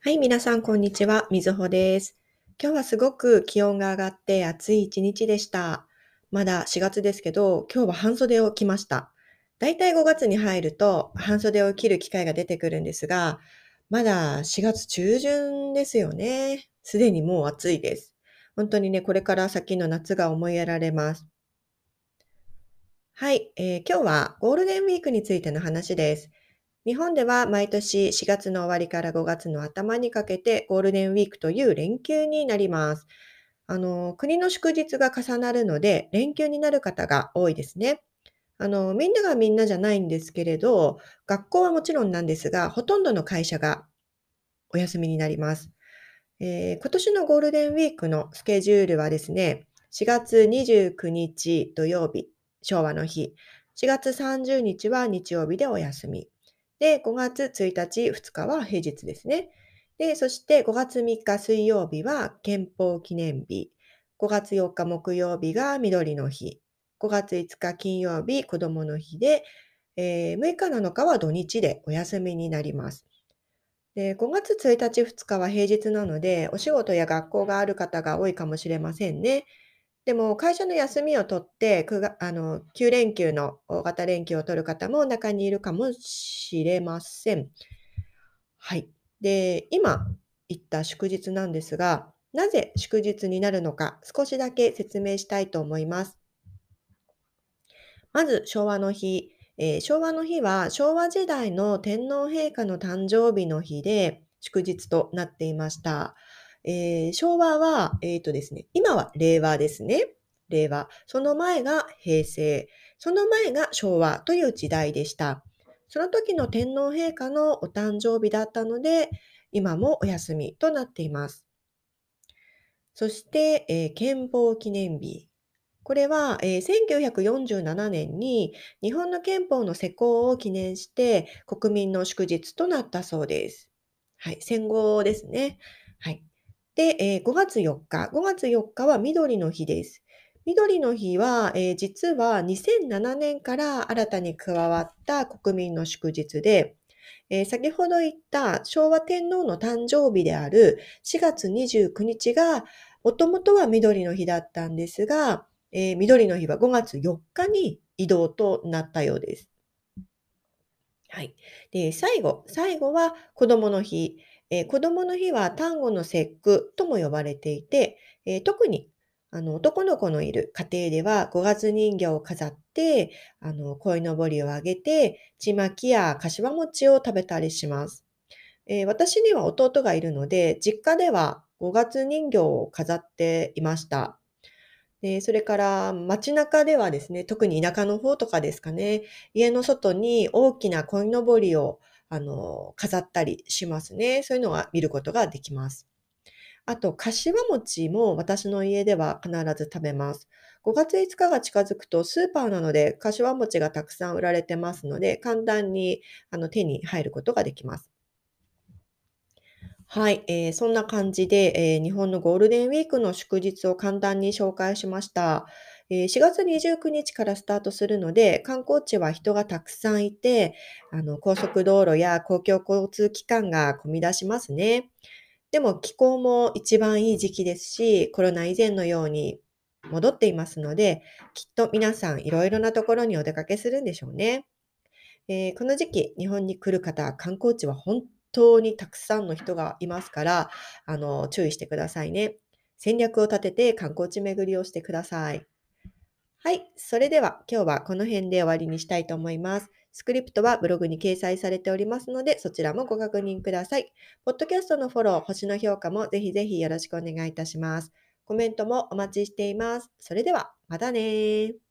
はい、皆さん、こんにちは。みずほです。今日はすごく気温が上がって暑い一日でした。まだ4月ですけど、今日は半袖を着ました。だいたい5月に入ると半袖を着る機会が出てくるんですが、まだ4月中旬ですよね。すでにもう暑いです。本当にね、これから先の夏が思いやられます。はい、今日はゴールデンウィークについての話です。日本では毎年4月の終わりから5月の頭にかけてゴールデンウィークという連休になります。国の祝日が重なるので連休になる方が多いですね。みんながみんなじゃないんですけれど、学校はもちろんなんですが、ほとんどの会社がお休みになります。今年のゴールデンウィークのスケジュールはですね、4月29日土曜日、昭和の日、4月30日は日曜日でお休み。で、5月1日、2日は平日ですね。で、そして5月3日水曜日は憲法記念日。5月4日木曜日が緑の日。5月5日金曜日、子供の日で、6日7日は土日でお休みになります。で、5月1日、2日は平日なので、お仕事や学校がある方が多いかもしれませんね。でも、会社の休みを取って、9連休の大型連休を取る方も中にいるかもしれません。はい。で、今言った祝日なんですが、なぜ祝日になるのか少しだけ説明したいと思います。まず昭和の日。昭和の日は昭和時代の天皇陛下の誕生日の日で祝日となっていました。昭和は、ですね、今は令和ですね。令和。その前が平成。その前が昭和という時代でした。その時の天皇陛下のお誕生日だったので、今もお休みとなっています。そして、憲法記念日。これは、1947年に日本の憲法の施行を記念して国民の祝日となったそうです。はい、戦後ですね。はい。で、5月4日。5月4日は緑の日です。緑の日は、実は2007年から新たに加わった国民の祝日で、先ほど言った昭和天皇の誕生日である4月29日が、もともとは緑の日だったんですが、緑の日は5月4日に移動となったようです。はい。で、最後は子供の日。子供の日は端午の節句とも呼ばれていて、特に男の子のいる家庭では5月人形を飾って、鯉のぼりをあげて、ちまきやかしわ餅を食べたりします。私には弟がいるので、実家では5月人形を飾っていました。で、それから街中ではですね、特に田舎の方とかですかね、家の外に大きな鯉のぼりを飾ったりしますね。そういうのは見ることができます。あと、かしわ餅も私の家では必ず食べます。5月5日が近づくとスーパーなので、かしわ餅がたくさん売られてますので、簡単に手に入ることができます。はい、そんな感じで、日本のゴールデンウィークの祝日を簡単に紹介しました。4月29日からスタートするので、観光地は人がたくさんいて、高速道路や公共交通機関が混み出しますね。でも気候も一番いい時期ですし、コロナ以前のように戻っていますので、きっと皆さんいろいろなところにお出かけするんでしょうね。この時期、日本に来る方、観光地は本当にたくさんの人がいますから、注意してくださいね。戦略を立てて観光地巡りをしてください。はい。それでは今日はこの辺で終わりにしたいと思います。スクリプトはブログに掲載されておりますので、そちらもご確認ください。ポッドキャストのフォロー、星の評価もぜひぜひよろしくお願いいたします。コメントもお待ちしています。それでは、またね